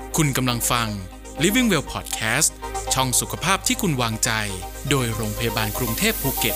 คุณกำลังฟัง Living Well Podcast ช่องสุขภาพที่คุณวางใจโดยโรงพยาบาลกรุงเทพภูเก็ต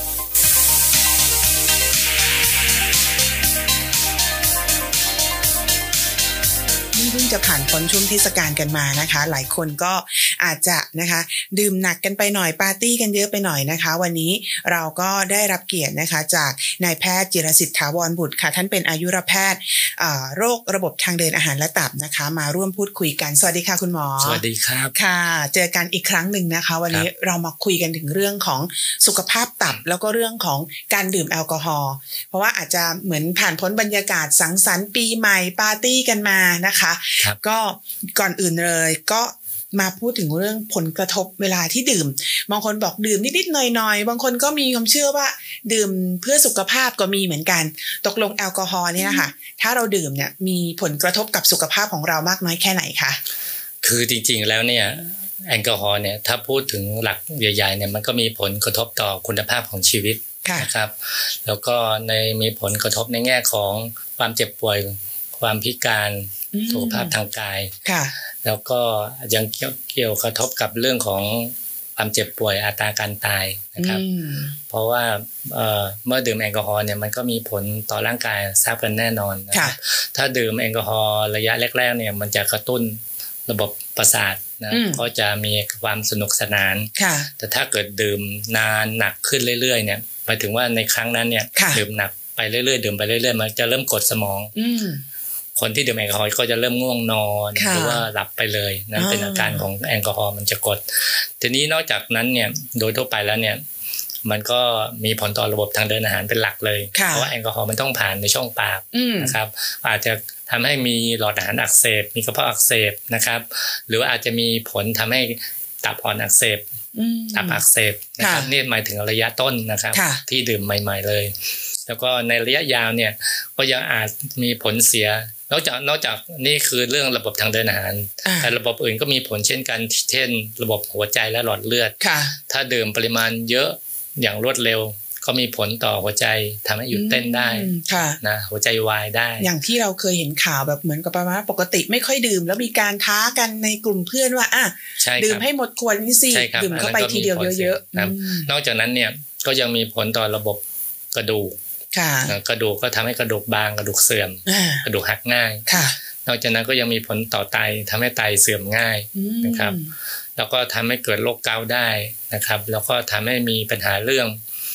เพิ่งจะผ่านพ้นช่วงเทศกาลกันมานะคะหลายคนก็อาจจะนะคะดื่มหนักกันไปหน่อยปาร์ตี้กันเยอะไปหน่อยนะคะวันนี้เราก็ได้รับเกียรตินะคะจากนายแพทย์จิรสิทธิ์ถาวรบุตรค่ะท่านเป็นอายุรแพทย์โรคระบบทางเดินอาหารและตับนะคะมาร่วมพูดคุยกันสวัสดีค่ะคุณหมอสวัสดีครับค่ะเจอกันอีกครั้งหนึ่งนะคะวันนี้เรามาคุยกันถึงเรื่องของสุขภาพตับแล้วก็เรื่องของการดื่มแอลกอฮอล์เพราะว่าอาจจะเหมือนผ่านพ้นบรรยากาศสังสรรค์ปีใหม่ปาร์ตี้กันมานะคะก็ก่อนอื่นเลยก็มาพูดถึงเรื่องผลกระทบเวลาที่ดื่มบางคนบอกดื่มนิดๆหน่อยๆบางคนก็มีความเชื่อว่าดื่มเพื่อสุขภาพก็มีเหมือนกันตกลงแอลกอฮอล์เนี่ยนะคะถ้าเราดื่มเนี่ยมีผลกระทบกับสุขภาพของเรามากน้อยแค่ไหนคะคือจริงๆแล้วเนี่ยแอลกอฮอล์เนี่ยถ้าพูดถึงหลักใหญ่ๆเนี่ยมันก็มีผลกระทบต่อคุณภาพของชีวิตนะครับแล้วก็มีผลกระทบในแง่ของความเจ็บป่วยความพิการสุขภาพทางกายแล้วก็ยังเกี่ยวกระทบกับเรื่องของความเจ็บป่วยอัตราการตายนะครับเพราะว่าเมื่อดื่มแอลกอฮอล์เนี่ยมันก็มีผลต่อร่างกายทราบกันแน่นอนนะครับถ้าดื่มแอลกอฮอล์ระยะแรกๆเนี่ยมันจะกระตุ้นระบบประสาทนะก็จะมีความสนุกสนานแต่ถ้าเกิดดื่มนานหนักขึ้นเรื่อยๆเนี่ยหมายถึงว่าในครั้งนั้นเนี่ยดื่มหนักไปเรื่อยๆดื่มไปเรื่อยๆมันจะเริ่มกดสมองคนที่ดื่มแอลกอฮอล์ก็จะเริ่มง่วงนอนหรือว่าหลับไปเลยนั่นเป็นอาการของแอลกอฮอล์มันจะกดทีนี้นอกจากนั้นเนี่ยโดยทั่วไปแล้วเนี่ยมันก็มีผลต่อระบบทางเดินอาหารเป็นหลักเลยเพราะว่าแอลกอฮอล์มันต้องผ่านในช่องปากนะครับอาจจะทำให้มีหลอดอาหารอักเสบมีกระเพาะอักเสบนะครับหรือว่าอาจจะมีผลทำให้ตับอ่อนอักเสบตับอักเสบนะครับนี่หมายถึงระยะต้นนะครับที่ดื่มใหม่ๆเลยแล้วก็ในระยะยาวเนี่ยก็ยังอาจมีผลเสียนอกจากนี่คือเรื่องระบบทางเดินอาหารแต่ระบบอื่นก็มีผลเช่นกันเช่นระบบหัวใจและหลอดเลือดถ้าดื่มปริมาณเยอะอย่างรวดเร็วก็มีผลต่อหัวใจทำให้หยุดเต้นได้นะหัวใจวายได้อย่างที่เราเคยเห็นข่าวแบบเหมือนกับประมาณปกติไม่ค่อยดื่มแล้วมีการท้ากันในกลุ่มเพื่อนว่าดื่มให้หมดขวดนี้สิดื่มเข้าไปทีเดียวเยอะๆนอกจากนั้นเนี่ยก็ยังมีผลต่อระบบกระดูกกระดูกก็ทำให้กระดูกบางกระดูกเสื่อมกระดูกหักง่ายนอกจากนั้นก็ยังมีผลต่อไตทำให้ไตเสื่อมง่ายนะครับแล้วก็ทำให้เกิดโรคเกาต์ได้นะครับแล้วก็ทำให้มีปัญหาเรื่อง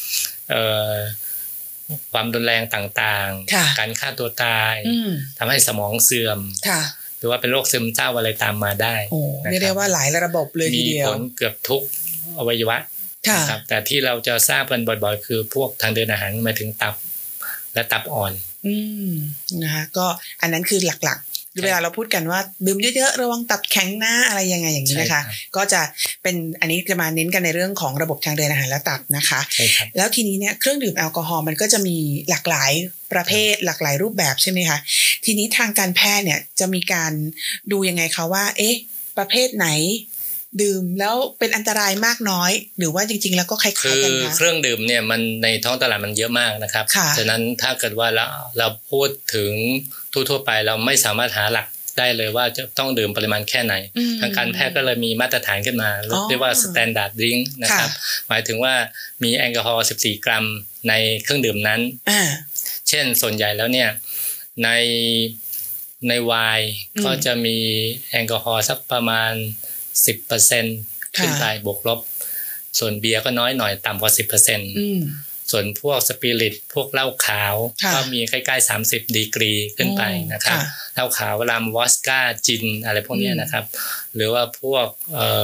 ความรุนแรงต่างๆการฆ่าตัวตายทำให้สมองเสื่อมหรือว่าเป็นโรคซึมเศร้าอะไรตามมาได้เรียกได้ว่าหลายระบบเลยทีเดียวมีผลเกือบทุกอวัยวะนะครับแต่ที่เราจะทราบกันบ่อยๆคือพวกทางเดินอาหารมาถึงตับและตับอ่อนนะคะก็อันนั้นคือหลักๆเวลาเราพูดกันว่าดื่มเยอะๆระวังตับแข็งนะอะไรยังไงอย่างนี้นะคะก็จะเป็นอันนี้จะมาเน้นกันในเรื่องของระบบทางเดินอาหารและตับนะคะแล้วทีนี้เนี่ยเครื่องดื่มแอลกอฮอล์มันก็จะมีหลากหลายประเภทหลากหลายรูปแบบใช่ไหมคะทีนี้ทางการแพทย์เนี่ยจะมีการดูยังไงคะว่าประเภทไหนดื่มแล้วเป็นอันตรายมากน้อยหรือว่าจริงๆแล้วก็คล้ายๆกันคะเครื่องดื่มเนี่ยมันในท้องตลาดมันเยอะมากนะครับฉะนั้นถ้าเกิดว่าเราพูดถึงทั่วๆไปเราไม่สามารถหาหลักได้เลยว่าจะต้องดื่มปริมาณแค่ไหนทางการแพทย์ก็เลยมีมาตรฐานขึ้นมาเรียกว่า standard drink นะครับหมายถึงว่ามีแอลกอฮอล์14 กรัมในเครื่องดื่มนั้นเช่นส่วนใหญ่แล้วเนี่ยในไวน์ก็จะมีแอลกอฮอล์สักประมาณ10% ขึ้นไปบวกลบส่วนเบียร์ก็น้อยหน่อยต่ำกว่า 10% ส่วนพวกสปิริตพวกเหล้าขาวก็มีใกล้ๆ30ดีกรีขึ้นไปนะครับเหล้าขาวรัมวอสก้าจินอะไรพวกนี้นะครับหรือว่าพวก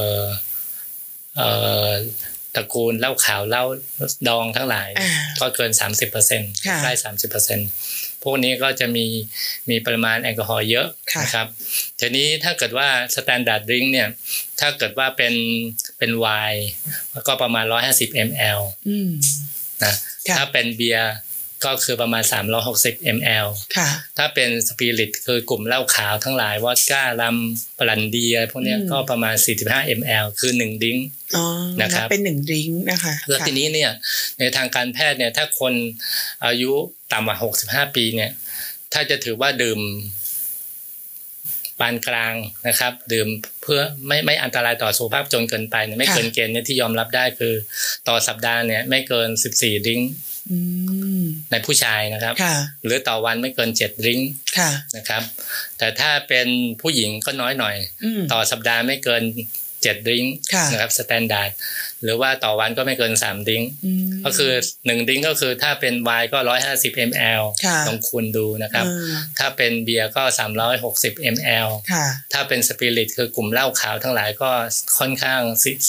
ตระกูลเหล้าขาวเหล้าดองทั้งหลายก็เกิน 30% ใกล้ 30%พวกนี้ก็จะมีปริมาณแอลกอฮอล์เยอะนะครับทีนี้ถ้าเกิดว่า standard drink เนี่ยถ้าเกิดว่าเป็นไวน์ก็ประมาณ150 ml นะถ้าเป็นเบียร์ก็คือประมาณ360 ml ถ้าเป็นสปิริตคือกลุ่มเหล้าขาวทั้งหลายวอดก้ารัมบรันดีอะไรพวกนี้ก็ประมาณ45 ml คือ1ดริงก์นะครับเป็น1ดริงก์นะคะแล้วทีนี้เนี่ยในทางการแพทย์เนี่ยถ้าคนอายุต่ำกว่า65 ปีเนี่ยถ้าจะถือว่าดื่มปานกลางนะครับดื่มเพื่อไม่อันตรายต่อสุขภาพจนเกินไปเนี่ยไม่เกินเกณฑ์เนี่ยที่ยอมรับได้คือต่อสัปดาห์เนี่ยไม่เกิน14ดริงก์ในผู้ชายนะครับหรือต่อวันไม่เกิน7ดริงก์นะครับแต่ถ้าเป็นผู้หญิงก็น้อยหน่อยต่อสัปดาห์ไม่เกิน7ดริงก์นะครับสแตนดาร์ดหรือว่าต่อวันก็ไม่เกิน3ดริงก์ก็คือ1ดริงก์ก็คือถ้าเป็นไวน์ก็150 ml ลองคูณดูนะครับถ้าเป็นเบียร์ก็360 ml ถ้าเป็นสปิริตคือกลุ่มเหล้าขาวทั้งหลายก็ค่อนข้าง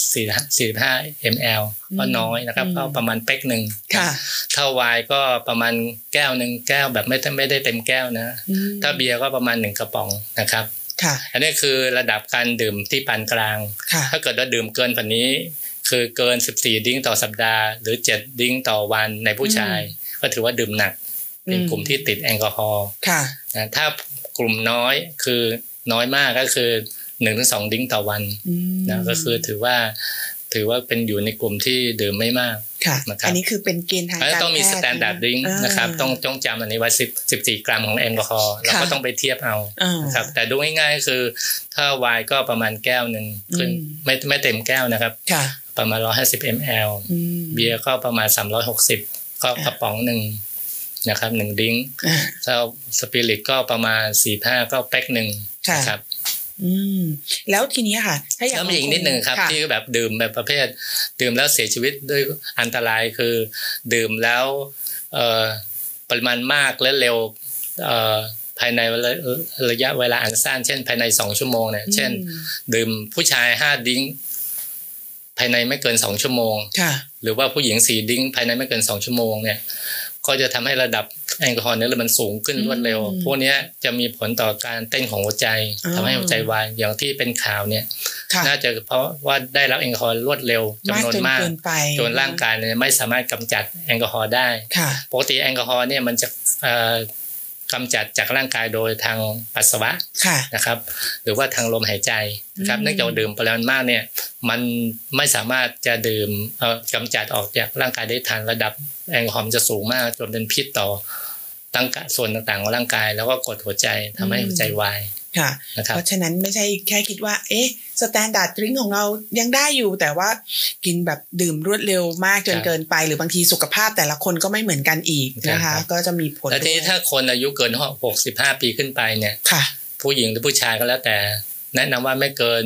45 ml ก็น้อยนะครับก็ประมาณเป๊กนึงถ้าไวน์ก็ประมาณแก้วนึงแก้วแบบไม่ได้เต็มแก้วนะถ้าเบียร์ก็ประมาณ1กระป๋องนะครับอันนี้คือระดับการดื่มที่ปานกลางถ้าเกิดว่าดื่มเกินกว่านี้คือเกิน14ดริงก์ต่อสัปดาห์หรือ7ดริงก์ต่อวันในผู้ชายก็ถือว่าดื่มหนักเป็นกลุ่มที่ติดแอลกอฮอล์ถ้ากลุ่มน้อยคือน้อยมากก็คือ 1-2 ดริงก์ต่อวันนะก็คือถือว่าเป็นอยู่ในกลุ่มที่ดื่มไม่มากอันนี้คือเป็นเกณฑ์ทางการแพทย์ต้องมีสแตนดาร์ดดริงก์นะครับต้องจำอันนี้ไว้14 กรัมของแอลกอฮอล์เราก็ต้องไปเทียบเอาครับแต่ดูง่ายๆคือถ้าไวน์ก็ประมาณแก้วนึงขึ้นไม่เต็มแก้วนะครับประมาณ150 ml เบียร์ก็ประมาณ360ก็กระป๋องนึงนะครับ1ดริงก์ถ้าสปิริตก็ประมาณ4-5ก็แพ็คนึงนะครับแล้วทีนี้ค่ะถ้าอยากมีอีกนิดนึงครับที่แบบดื่มแบบประเภทดื่มแล้วเสียชีวิตด้วยอันตรายคือดื่มแล้วปริมาณมากและเร็วภายในระยะเวลาอันสั้นเช่นภายใน2ชั่วโมงเนี่ยเช่นดื่มผู้ชาย5ดริงก์ภายในไม่เกิน2ชั่วโมงหรือว่าผู้หญิง4ดริงก์ภายในไม่เกิน2ชั่วโมงเนี่ยก็จะทำให้ระดับแอลกอฮอล์เนี่ยมันสูงขึ้นรวดเร็วพวกนี้จะมีผลต่อการเต้นของหัวใจทำให้หัวใจวายอย่างที่เป็นข่าวเนี่ยน่าจะเพราะว่าได้รับแอลกอฮอล์รวดเร็วจำนวนมากจนร่างกายเนี่ยไม่สามารถกำจัดแอลกอฮอล์ได้ปกติแอลกอฮอล์เนี่ยมันจะกำจัดจากร่างกายโดยทางปัสสาวะนะครับหรือว่าทางลมหายใจนะครับเนื่องจากดื่มปริมาณมากเนี่ยมันไม่สามารถจะดื่มกำจัดออกจากร่างกายได้ทันระดับแอลกอฮอล์จะสูงมากจนเป็นพิษต่อตั้งส่วนต่างๆของร่างกายแล้วก็กดหัวใจทำให้หัวใจวายเพราะฉะนั้นไม่ใช่แค่คิดว่าสแตนดาร์ดดริงก์ของเรายังได้อยู่แต่ว่ากินแบบดื่มรวดเร็วมากจนเกินไปหรือบางทีสุขภาพแต่ละคนก็ไม่เหมือนกันอีกนะคะก็จะมีผลแล้วทีนี้ถ้าคนอายุเกิน65ปีขึ้นไปเนี่ยผู้หญิงหรือผู้ชายก็แล้วแต่แนะนำว่าไม่เกิน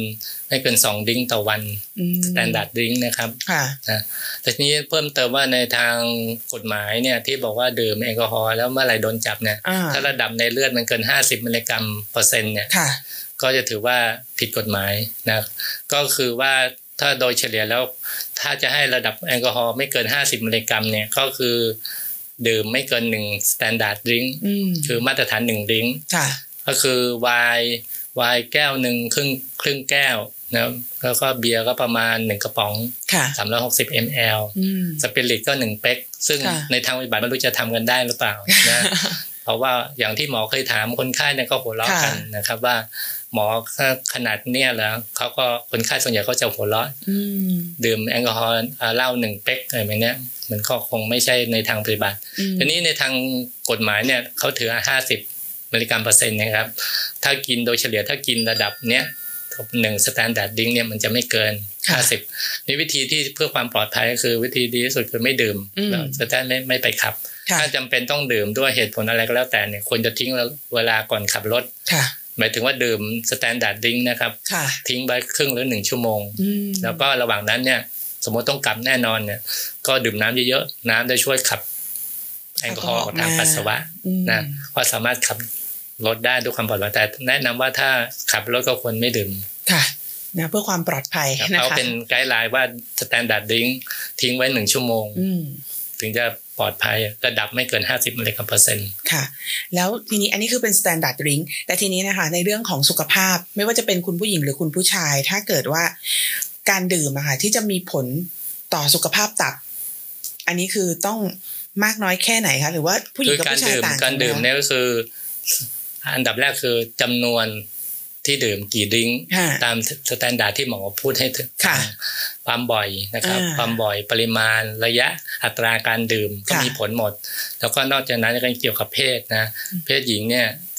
2ดริงก์ต่อวันสแตนดาร์ดดริงก์นะครับนะแต่ทีนี้เพิ่มเติมว่าในทางกฎหมายเนี่ยที่บอกว่าดื่มแอลกอฮอล์แล้วเมื่อไหร่โดนจับเนี่ยถ้าระดับในเลือดมันเกิน50มิลลิกรัมเปอร์เซ็นต์เนี่ยก็จะถือว่าผิดกฎหมายนะก็คือว่าถ้าโดยเฉลี่ยแล้วถ้าจะให้ระดับแอลกอฮอล์ไม่เกิน50มิลลิกรัมเนี่ยก็คือดื่มไม่เกิน1สแตนดาร์ดดริงก์คือมาตรฐาน1ดริงก์ก็คือไวน์แก้วนึงครึ่งแก้วนะแล้วก็เบียร์ก็ประมาณ1กระป๋อง360 ml สปิริตก็1เป๊กซึ่งในทางปฏิบัติไม่รู้จะทำกันได้หรือเปล่านะเพราะว่าอย่างที่หมอเคยถามคนไข้เนี่ยก็หัวเราะกันนะครับว่าหมอขนาดเนี้ยแล้วเขาก็คนไข้ส่วนใหญ่เขาจะหัวเราะดื่มแอลกอฮอล์เหล้า1เป๊กอะไรแบบนี้มันก็คงไม่ใช่ในทางปฏิบัติทีนี้ในทางกฎหมายเนี่ยเขาถือ50มิลลิกรัมเปอร์เซ็นต์นะครับถ้ากินโดยเฉลี่ยถ้ากินระดับเนี้ย1สแตนดาร์ดดริงก์เนี่ยมันจะไม่เกิน50นี่วิธีที่เพื่อความปลอดภัยก็คือวิธีดีที่สุดคือไม่ดื่มแล้วจะได้ไม่ไปขับถ้าจำเป็นต้องดื่มด้วยเหตุผลอะไรก็แล้วแต่เนี่ยควรจะทิ้งเวลาก่อนขับรถหมายถึงว่าดื่มสแตนดาร์ดดริงก์นะครับทิ้งไว้ครึ่งหรือ1ชั่วโมงแล้วก็ระหว่างนั้นเนี่ยสมมติต้องกลับแน่นอนเนี่ยก็ดื่มน้ำเยอะๆน้ำได้ช่วยขับแอลกอฮอล์ทางปัสสาวะนะก็สามารถขับรถได้ด้วยความปลอดภัยแต่แนะนำว่าถ้าขับรถก็ควรไม่ดื่มค่ะนะเพื่อความปลอดภัยนะคะเขาเป็นไกด์ไลน์ว่าสแตนดาร์ดดริงก์ทิ้งไว้1ชั่วโมงถึงจะปลอดภัยระดับไม่เกิน50มิลลิกรัมเปอร์เซ็นต์ค่ะแล้วทีนี้อันนี้คือเป็นสแตนดาร์ดดริงก์แต่ทีนี้นะคะในเรื่องของสุขภาพไม่ว่าจะเป็นคุณผู้หญิงหรือคุณผู้ชายถ้าเกิดว่าการดื่มอะค่ะที่จะมีผลต่อสุขภาพตับอันนี้คือต้องมากน้อยแค่ไหนคะหรือว่าผู้หญิงกับผู้ชายต่างกันการดื่มเนี่ยก็คืออันดับแรกคือจำนวนที่ดื่มกี่ดริงก์ตามสแตนดาร์ดที่หมอพูดให้ถึงความบ่อยนะครับความบ่อยปริมาณระยะอัตราการดื่มก็มีผลหมดแล้วก็นอกจากนั้นก็เกี่ยวกับเพศนะเพศหญิงเนี่ย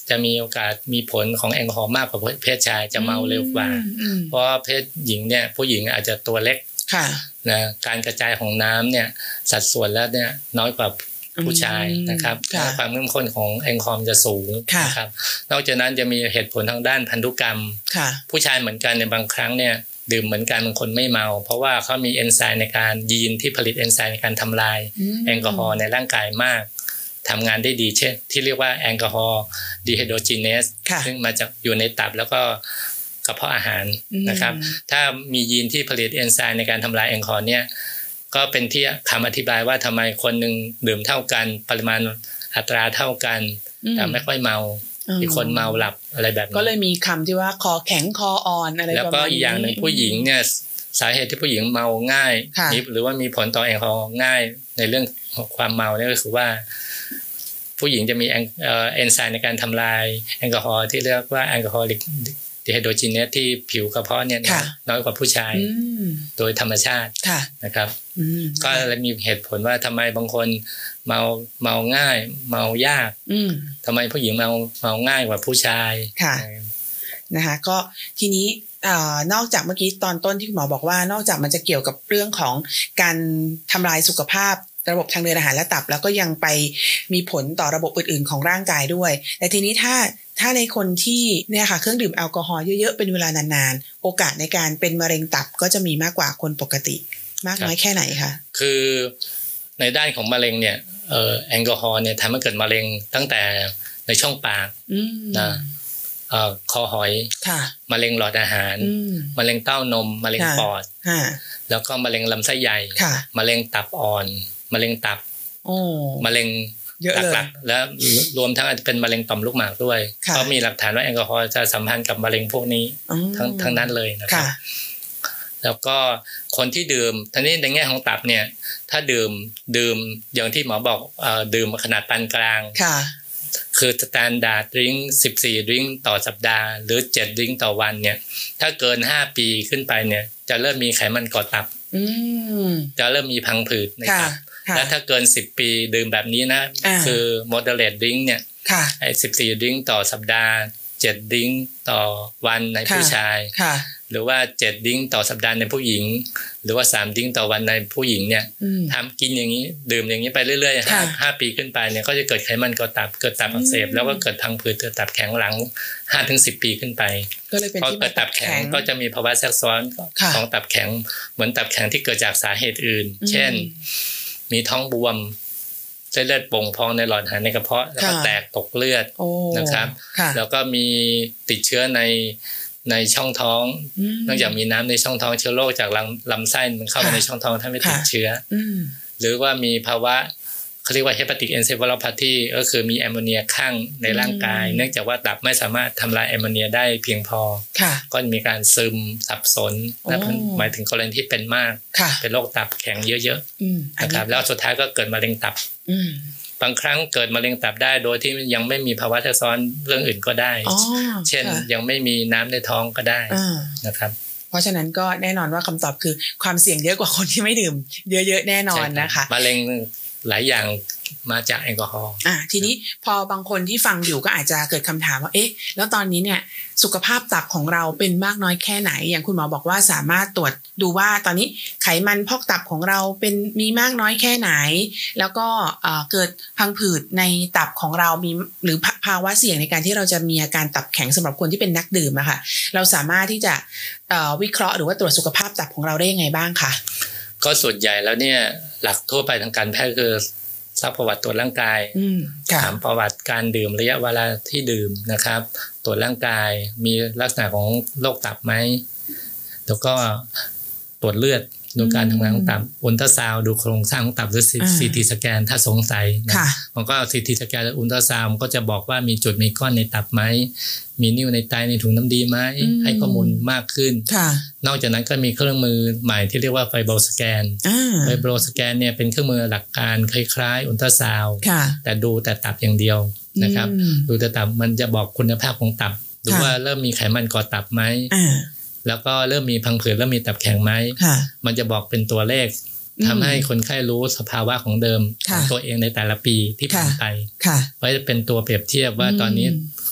จะมีโอกาสมีผลของแอลกอฮอล์มากกว่าเพศชายจะเมาเร็วกว่าเพราะเพศหญิงเนี่ยผู้หญิงอาจจะตัวเล็กนะการกระจายของน้ำเนี่ยสัดส่วนแล้วเนี่ยน้อยกว่าผู้ชายนะครับความเข้มข้นของแอลกอฮอล์จะสูงนะครับนอกจากนั้นจะมีเหตุผลทางด้านพันธุกรรมผู้ชายเหมือนกันในบางครั้งเนี่ยดื่มเหมือนกันบางคนไม่เมาเพราะว่าเขามีเอนไซม์ในการยีนที่ผลิตเอนไซม์ในการทำลายแอลกอฮอล์ในร่างกายมากทำงานได้ดีเช่นที่เรียกว่าแอลกอฮอล์ดีไฮโดรจีเนสซึ่งมาจากอยู่ในตับแล้วก็กระเพาะอาหารนะครับถ้ามียีนที่ผลิตเอนไซม์ในการทำลายแอลกอฮอล์เนี่ยก็เป็นที่คำอธิบายว่าทำไมคนหนึ่งดื่มเท่ากันปริมาณอัตราเท่ากันแต่ไม่ค่อยเมาอีกคนเมาหลับอะไรแบบนี้ก็เลยมีคำที่ว่าคอแข็งคออ่อนอะไรประมาณนี้แล้วก็อีกอย่างหนึ่งผู้หญิงเนี่ยสาเหตุที่ผู้หญิงเมาง่ายหรือว่ามีผลต่อแอลกอฮอล์ง่ายในเรื่องความเมาเนี่ยก็คือว่าผู้หญิงจะมีเอนไซม์ในการทำลายแอลกอฮอล์ที่เรียกว่าแอลกอฮอลิกดีไฮโดรจีเนสที่ผิวกระเพาะเนี่ยน้อยกว่าผู้ชายโดยธรรมชาตินะครับก็เลยมีเหตุผลว่าทำไมบางคนเมาง่ายเมายากทำไมผู้หญิงเมาง่ายกว่าผู้ชายนะคะก็ทีนี้นอกจากเมื่อกี้ตอนต้นที่คุณหมอบอกว่านอกจากมันจะเกี่ยวกับเรื่องของการทำลายสุขภาพระบบทางเดินอาหารและตับแล้วก็ยังไปมีผลต่อระบบอื่นๆของร่างกายด้วยแต่ทีนี้ถ้าในคนที่เนี่ยค่ะเครื่องดื่มแอลกอฮอล์เยอะๆเป็นเวลานานๆโอกาสในการเป็นมะเร็งตับก็จะมีมากกว่าคนปกติมากน้อยแค่ไหนคะคือในด้านของมะเร็งเนี่ยแอลกอฮอล์เนี่ยทำให้เกิดมะเร็งตั้งแต่ในช่องปากนะคอหอยมะเร็งหลอดอาหารมะเร็งเต้านมมะเร็งปอดแล้วก็มะเร็งลำไส้ใหญ่มะเร็งตับอ่อนมะเร็งตับมะเร็งหลักๆและรวมทั้งอาจจะเป็นมะเร็งต่อมลูกหมากด้วยเพราะมีหลักฐานว่าแอลกอฮอล์จะสัมพันธ์กับมะเร็งพวกนี้ทั้งนั้นเลยนะครับแล้วก็คนที่ดื่มทีนี้ในแง่ของตับเนี่ยถ้าดื่มอย่างที่หมอบอกดื่มขนาดปานกลางคือสแตนดาร์ดดริงก์14ดริงก์ต่อสัปดาห์หรือ7ดริงก์ต่อวันเนี่ยถ้าเกิน5ปีขึ้นไปเนี่ยจะเริ่มมีไขมันก่อตับจะเริ่มมีพังผืดในตับและถ้าเกิน10ปีดื่มแบบนี้นะคือ moderate drink เนี่ยไอ้14ดริงก์ต่อสัปดาห์7ดริงก์ต่อวันในผู้ชายหรือว่า7ดริงก์ต่อสัปดาห์ในผู้หญิงหรือว่า3ดริงก์ต่อวันในผู้หญิงเนี่ยทำกินอย่างนี้ดื่มอย่างนี้ไปเรื่อยๆ5ปีขึ้นไปเนี่ยก็จะเกิดไขมันก่อตับเกิดตับอักเสบแล้วก็เกิดพังผืดเกิดตับแข็งหลัง 5-10 ปีขึ้นไปพอเกิดตับแข็งก็จะมีภาวะแทรกซ้อนของตับแข็งเหมือนตับแข็งที่เกิดจากสาเหตุอื่นเช่นมีท้องบวมเส้นเลือดโป่งพองในหลอดอาหารในกระเพาะแล้วก็แตกตกเลือดนะครับแล้วก็มีติดเชื้อในช่องท้องเนื่องจากมีน้ำในช่องท้องเชื้อโรคจากลำไส้มันเข้าไปในช่องท้องทำให้ติดเชื้อหรือว่ามีภาวะเขาเรียกว่า hepatic encephalopathy ก็คือมีแอมโมเนียข้างในร่างกายเนื่องจากว่าตับไม่สามารถทำลายแอมโมเนียได้เพียงพอก็มีการซึมสับสนและหมายถึงกรณีที่เป็นมากเป็นโรคตับแข็งเยอะๆนะครับแล้วสุดท้ายก็เกิดมะเร็งตับบางครั้งเกิดมะเร็งตับได้โดยที่ยังไม่มีภาวะแทรกซ้อนเรื่องอื่นก็ได้เช่นยังไม่มีน้ำในท้องก็ได้นะครับเพราะฉะนั้นก็แน่นอนว่าคำตอบคือความเสี่ยงเยอะกว่าคนที่ไม่ดื่มเยอะๆแน่นอนนะคะมะเร็งหลายอย่างมาจากแอลกอฮอล์ทีนี้พอบางคนที่ฟังอยู่ก็อาจจะเกิดคำถามว่าเอ๊ะแล้วตอนนี้เนี่ยสุขภาพตับของเราเป็นมากน้อยแค่ไหนอย่างคุณหมอบอกว่าสามารถตรวจดูว่าตอนนี้ไขมันพอกตับของเราเป็นมีมากน้อยแค่ไหนแล้วก็เกิดพังผืดในตับของเรามีหรือภาวะเสี่ยงในการที่เราจะมีอาการตับแข็งสำหรับคนที่เป็นนักดื่มอะค่ะเราสามารถที่จะวิเคราะห์หรือว่าตรวจสุขภาพตับของเราได้ยังไงบ้างคะก็ส่วนใหญ่แล้วเนี่ยหลักทั่วไปทางการแพทย์คือซักประวัติตรวจร่างกายถามประวัติการดื่มระยะเวลาที่ดื่มนะครับตรวจร่างกายมีลักษณะของโรคตับไหมแล้วก็ตรวจเลือดดูการทำงานของตับอุลตราซาวด์ดูโครงสร้างของตับหรือซีทีสแกนถ้าสงสัยมันก็ซีทีสแกนอุลตราซาวด์ก็จะบอกว่ามีจุดมีก้อนในตับไหมมีนิ่วในไตในถุงน้ำดีไหมให้ข้อมูลมากขึ้นนอกจากนั้นก็มีเครื่องมือใหม่ที่เรียกว่าไฟโบรสแกนไฟโบรสแกนเนี่ยเป็นเครื่องมือหลักการคล้ายๆอุลตราซาวด์แต่ดูแต่ตับอย่างเดียวนะครับดูแต่ตับมันจะบอกคุณภาพของตับดูว่าเริ่มมีไขมันก่อตับไหมแล้วก็เริ่มมีพังผืดเริ่มมีตับแข็งไหมมันจะบอกเป็นตัวเลขทำให้คนไข้รู้สภาวะของเดิมของตัวเองในแต่ละปีที่ผ่านไปไว้เป็นตัวเปรียบเทียบว่าตอนนี้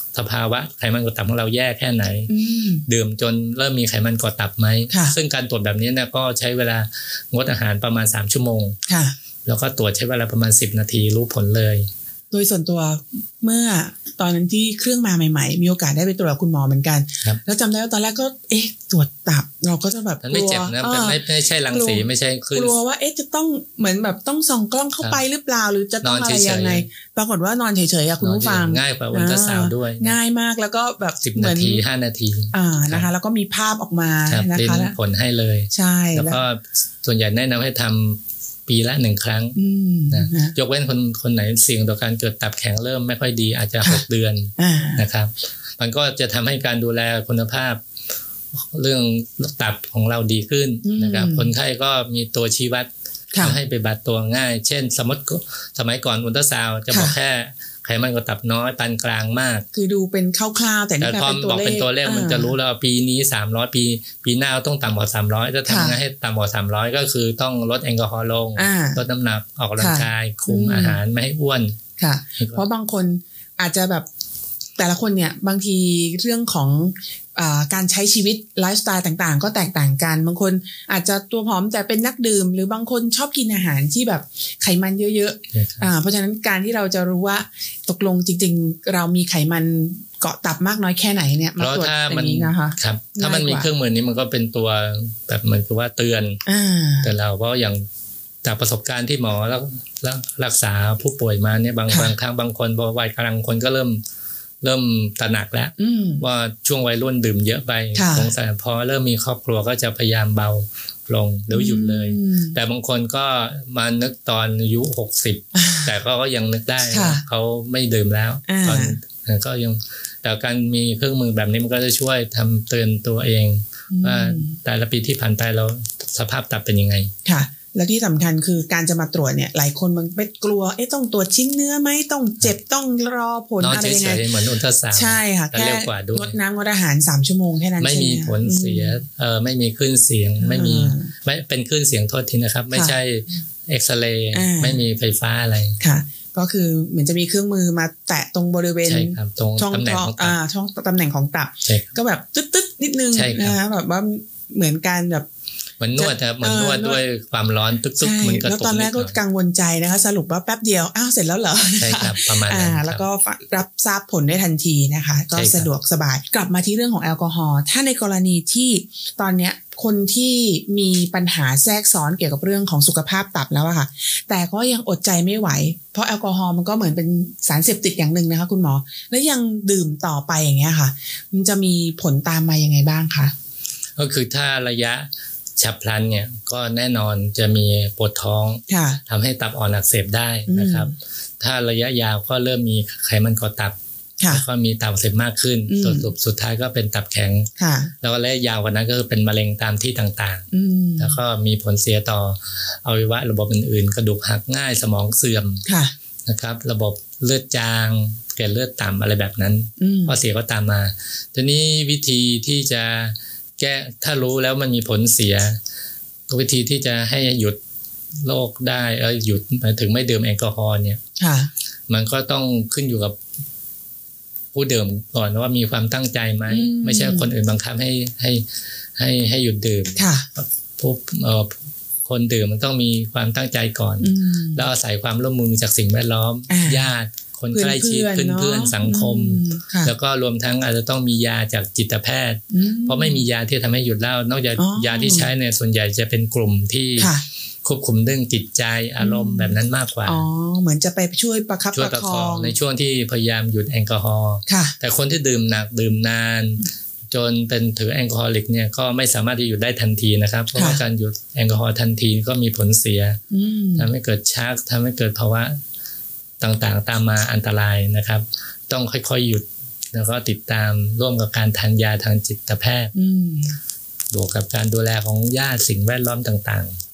สภาวะไขมันก่อตับของเราแย่แค่ไหนดื่มจนเริ่มมีไขมันก่อตับไหมซึ่งการตรวจแบบนี้เนี่ยก็ใช้เวลางดอาหารประมาณ3ชั่วโมงแล้วก็ตรวจใช้เวลาประมาณ10นาทีรู้ผลเลยโดยส่วนตัวเมื่อตอนนั้นที่เครื่องมาใหม่ๆมีโอกาสได้ไปตรวจกับคุณหมอเหมือนกันแล้วจำได้ว่าตอนแรกก็ตรวจตับเราก็จะแบบกลัวไม่เจ็บนะไม่ใช่รังสีไม่ใช่คลื่นกลัวว่าจะต้องเหมือนแบบต้องส่องกล้องเข้าไปหรือเปล่าหรือจะต้องอะไรยังไงปรากฏว่านอนเฉยๆคุณผู้ฟังง่ายกว่าอุลตราซาวด์ด้วยง่ายมากแล้วก็แบบ 10นาที5นาทีนะคะแล้วก็มีภาพออกมานะคะแล้วผลให้เลยใช่แล้วก็ส่วนใหญ่แนะนำให้ทำปีละ1ครั้งนะยกเว้นคนไหนเสี่ยงต่อการเกิดตับแข็งเริ่มไม่ค่อยดีอาจจะ6เดือนนะครับมันก็จะทำให้การดูแลคุณภาพเรื่องตับของเราดีขึ้นนะครับคนไข้ก็มีตัวชี้วัดทำให้ไปบัดตัวง่ายเช่นสมัยก่อนอุลตราซาวด์จะบอกแค่ไขมันก่อตับน้อยปานกลางมากคือดูเป็นคร่าวๆแต่นี่เป็นตัวเลขมันจะรู้แล้วปีนี้300ปีหน้าต้องต่ำกว่า300จะทำไงให้ต่ำกว่า300ก็คือต้องลดแอลกอฮอล์ลงลดน้ำหนักออกกำลังกายคุมอาหารไม่ให้อ้วนค่ะเพราะบางคนอาจจะแบบแต่ละคนเนี่ยบางทีเรื่องของการใช้ชีวิตไลฟ์สไตล์ต่างๆก็แตกต่างกันบางคนอาจจะตัวผอมแต่เป็นนักดื่มหรือบางคนชอบกินอาหารที่แบบไขมันเยอะๆเพราะฉะนั้นการที่เราจะรู้ว่าตกลงจริงๆเรามีไขมันเกาะตับมากน้อยแค่ไหนเนี่ยมาตรวจอย่างนี้นะคะครับถ้ามันมีเครื่องมือนี้มันก็เป็นตัวแบบเหมือนกับว่าเตือนแต่เราเพราะอย่างจากประสบการณ์ที่หมอแล้วรักษาผู้ป่วยมาเนี่ยบางครั้งบางคนพอวัยกลางคนก็เริ่มตระหนักแล้วว่าช่วงวัยรุ่นดื่มเยอะไปสงสัยพอเริ่มมีครอบครัวก็จะพยายามเบาลงหรือหยุดเลยแต่บางคนก็มานึกตอนอายุ60แต่ก็ยังนึกได้เขาไม่ดื่มแล้วตอนก็ยังแต่การมีเครื่องมือแบบนี้มันก็จะช่วยทำเตือนตัวเองว่าแต่ละปีที่ผ่านไปเราสภาพตับเป็นยังไงค่ะแล้วที่สำคัญคือการจะมาตรวจเนี่ยหลายคนมันไม่กลัวต้องตรวจชิ้นเนื้อไหมต้องเจ็บต้องรอผลอะไรยังไงเหมือนอุลตราซาวด์ใช่ค่ะแค่งดน้ำงดอาหาร3ชั่วโมงแค่นั้นไม่มีผลเสียไม่มีคลื่นเสียงไม่เป็นคลื่นเสียงโทษทีนะครับไม่ใช่เอ็กซเรย์ไม่มีไฟฟ้าอะไรค่ะก็คือเหมือนจะมีเครื่องมือมาแตะตรงบริเวณช่องตำแหน่งของตับช่องตำแหน่งของตับก็แบบตึ๊ดๆนิดนึงนะแบบว่าเหมือนการแบบเหมือนนวดครับเหมือนนวดด้วยความร้อนตึกๆมันกระตุกแล้วตอนแรกก็กังวลใจนะคะสรุปว่าแป๊บเดียวเสร็จแล้วเหรอใช่ครับประมาณนั้นแล้วก็รับทราบผลได้ทันทีนะคะก็สะดวกสบายกลับมาที่เรื่องของแอลกอฮอล์ถ้าในกรณีที่ตอนเนี้ยคนที่มีปัญหาแทรกซ้อนเกี่ยวกับเรื่องของสุขภาพตับแล้วอะค่ะแต่ก็ยังอดใจไม่ไหวเพราะแอลกอฮอล์มันก็เหมือนเป็นสารเสพติดอย่างหนึ่งนะคะคุณหมอแล้วยังดื่มต่อไปอย่างเงี้ยค่ะมันจะมีผลตามมายังไงบ้างคะก็คือถ้าระยะฉับพลันเนี่ยก็แน่นอนจะมีปวดท้องทำให้ตับอ่อนอักเสบได้นะครับถ้าระยะยาวก็เริ่มมีไขมันก่อตับแล้วก็มีตับอักเสบมากขึ้นสุดท้ายก็เป็นตับแข็งแล้วก็ระยะยาวกว่านั้นก็คือเป็นมะเร็งตามที่ต่างๆแล้วก็มีผลเสียต่ออวัยวะระบบอื่นๆกระดูกหักง่ายสมองเสื่อมนะครับระบบเลือดจางเกล็ดเลือดต่ำอะไรแบบนั้นข้อเสียก็ตามมาทีนี้วิธีที่จะแก้ถ้ารู้แล้วมันมีผลเสียวิธีที่จะให้หยุดโรคได้หยุดหมายถึงไม่ดื่มแอลกอฮอล์เนี่ยมันก็ต้องขึ้นอยู่กับผู้ดื่มก่อนว่ามีความตั้งใจไหมไม่ใช่คนอื่นบังคับให้หยุดดื่มผู้คนดื่มมันต้องมีความตั้งใจก่อนแล้วอาศัยความร่วมมือจากสิ่งแวดล้อมญาติคนใกล้ชิดเพื่อนสังคมแล้วก็รวมทั้งอาจจะต้องมียาจากจิตแพทย์เพราะไม่มียาที่ทำให้หยุดเหล้านอกจากยาที่ใช้เนี่ยส่วนใหญ่จะเป็นกลุ่มที่ควบคุมเรื่องจิตใจอารมณ์แบบนั้นมากกว่าเหมือนจะไปช่วยประคับประคองในช่วงที่พยายามหยุดแอลกอฮอล์แต่คนที่ดื่มหนักดื่มนานจนเป็นถือแอลกอฮอลิกเนี่ยก็ไม่สามารถที่หยุดได้ทันทีนะครับเพราะว่าการหยุดแอลกอฮอล์ทันทีก็มีผลเสียทำให้เกิดชักทำให้เกิดภาวะต่างๆตามมาอันตรายนะครับต้องค่อยๆหยุดแล้วก็ติดตามร่วมกับการทานยาทางจิตแพทย์บวกกับการดูแลของญาติสิ่งแวดล้อมต่าง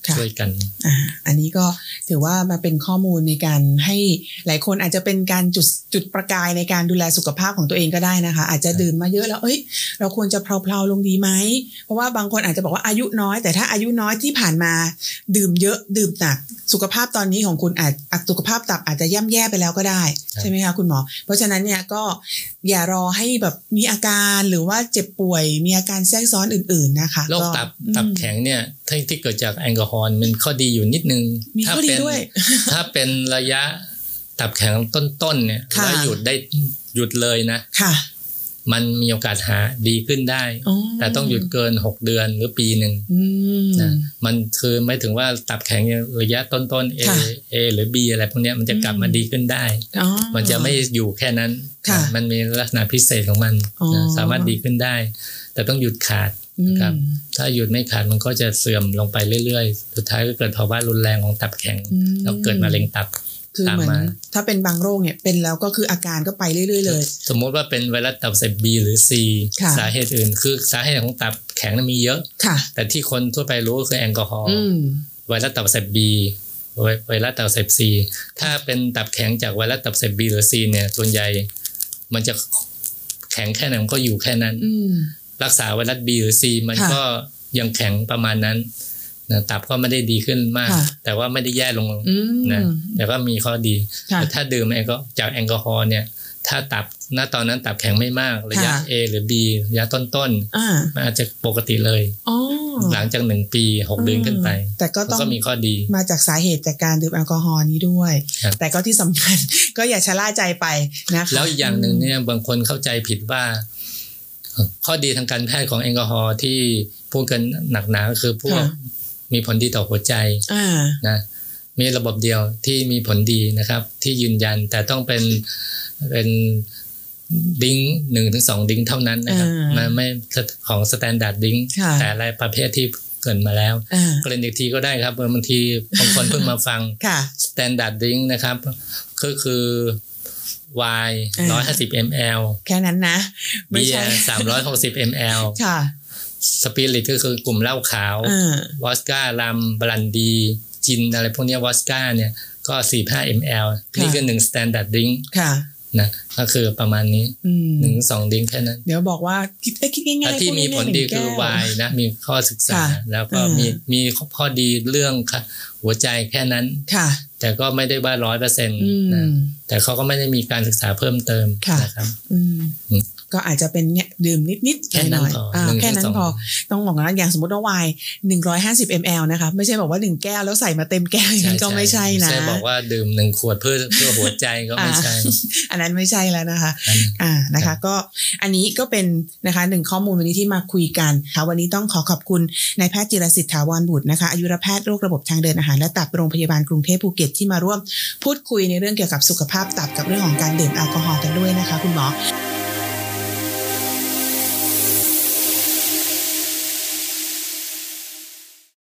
ช่วยกันอันนี้ก็ถือว่ามาเป็นข้อมูลในการให้หลายคนอาจจะเป็นการจุดประกายในการดูแลสุขภาพของตัวเองก็ได้นะคะอาจจะดื่มมาเยอะแล้วเราควรจะเพลาๆลงดีไหมเพราะว่าบางคนอาจจะบอกว่าอายุน้อยแต่ถ้าอายุน้อยที่ผ่านมาดื่มเยอะดื่มหนักสุขภาพตอนนี้ของคุณอาจสุขภาพตับอาจจะย่ำแย่ไปแล้วก็ได้ใช่ไหมคะคุณหมอเพราะฉะนั้นเนี่ยก็อย่ารอให้แบบมีอาการหรือว่าเจ็บป่วยมีอาการแทรกซ้อนอื่นๆนะคะโรคตับแข็งเนี่ยที่เกิดจากแอลกอฮอล์มันข้อดีอยู่นิดนึงมีข้อดีด้วยถ้าเป็นระยะตับแข็งต้นๆเนี่ยแล้วหยุดเลยนะค่ะมันมีโอกาสหาดีขึ้นได้แต่ต้องหยุดเกิน6 เดือนหรือปีนึงนะมันคือไม่ถึงว่าตับแข็งระยะต้นๆ A หรือ B อะไรพวกนี้มันจะกลับมาดีขึ้นได้มันจะไม่อยู่แค่นั้นมันมีลักษณะพิเศษของมันสามารถดีขึ้นได้แต่ต้องหยุดขาดนะครับถ้าหยุดไม่ขาดมันก็จะเสื่อมลงไปเรื่อยๆสุดท้ายก็เกิดภาวะรุนแรงของตับแข็งแล้วเกิดมะเร็งตับคือเหมือนถ้าเป็นบางโรคเนี่ยเป็นแล้วก็คืออาการก็ไปเรื่อยๆเลยสมมติว่าเป็นไวรัสตับอักเสบ B หรือ C สาเหตุอื่นคือสาเหตุของตับแข็งมีเยอะแต่ที่คนทั่วไปรู้ก็คือแอลกอฮอล์ไวรัสตับอักเสบ B ไวรัสตับอักเสบ C ถ้าเป็นตับแข็งจากไวรัสตับอักเสบ B หรือ C เนี่ยส่วนใหญ่มันจะแข็งแค่ไหนมันก็อยู่แค่นั้นรักษาไวรัส B หรือ C มันก็ยังแข็งประมาณนั้นตับก็ไม่ได้ดีขึ้นมากแต่ว่าไม่ได้แย่ลงนะแต่ก็มีข้อดีแต่ถ้าดื่มจากแอลกอฮอล์เนี่ยถ้าตับณตอนนั้นตับแข็งไม่มากระยะ A หรือ B ระยะต้นๆมันอาจจะปกติเลยหลังจาก1 ปี 6 เดือนขึ้นไปแต่ก็ต้องมีข้อดีมาจากสาเหตุจากการดื่มแอลกอฮอล์นี้ด้วยแต่ก็ที่สำคัญก็อย่าชะล่าใจไปนะคะแล้วอีกอย่างหนึ่งเนี่ยบางคนเข้าใจผิดว่าข้อดีทางการแพทย์ของแอลกอฮอล์ที่พูดกันหนักหนาก็คือพวกมีผลดีต่อหัวใจนะมีระบบเดียวที่มีผลดีนะครับที่ยืนยันแต่ต้องเป็นดิ้ง 1-2 ดิ้งเท่านั้นนะครับมันไม่ของสแตนดาร์ดดิ้งแต่อะไรประเภทที่เกิดมาแล้วก็เล่นอีกทีก็ได้ครับบางทีบางคนเพิ่งมาฟังสแตนดาร์ดดิ้งนะครับก็คือไวน์150 ml แค่นั้นนะไม่ใช่360 ml ค่ะสปิริตก็คือกลุ่มเหล้าขาววอสก้ารัมบรันดีจินอะไรพวกนี้วอสก้าเนี่ยก็ 45 ml นี่คือ1 standard drink ค่ะนะก็คือประมาณนี้1-2 drink แค่นั้นเดี๋ยวบอกว่าคิดง่ายๆที่มีผลดีคือไวน์นะมีข้อศึกษาแล้วก็มีข้อดีเรื่องหัวใจแค่นั้นแต่ก็ไม่ได้ว่า 100% นะแต่เขาก็ไม่ได้มีการศึกษาเพิ่มเติมนะครับก็อาจจะเป็นเนี่ยดื่มนิดๆหน่อยๆแค่นั้นพอต้องบอกนะอย่างสมมติว่าไวน์150 ml นะคะไม่ใช่บอกว่า1แก้วแล้วใส่มาเต็มแก้วอย่างนั้นก็ไม่ใช่นะไม่ใช่บอกว่าดื่ม1 ขวดเพื่อหัวใจก็ไม่ใช่อันนั้นไม่ใช่แล้วนะคะนะคะก็อันนี้ก็เป็นนะคะ1ข้อมูลวันนี้ที่มาคุยกันค่ะวันนี้ต้องขอบคุณนายแพทย์จิรสิทธิ์ถาวรบุตรนะคะอายุรแพทย์โรคระบบทางเดินอาหารและตับโรงพยาบาลกรุงเทพภูเก็ตที่มาร่วมพูดคุยในเรื่องเกี่ยวกับสุขภาพตับกับเรื่องของการดื่มแอลกอฮอล์กันด้วยนะคะคุณหมอ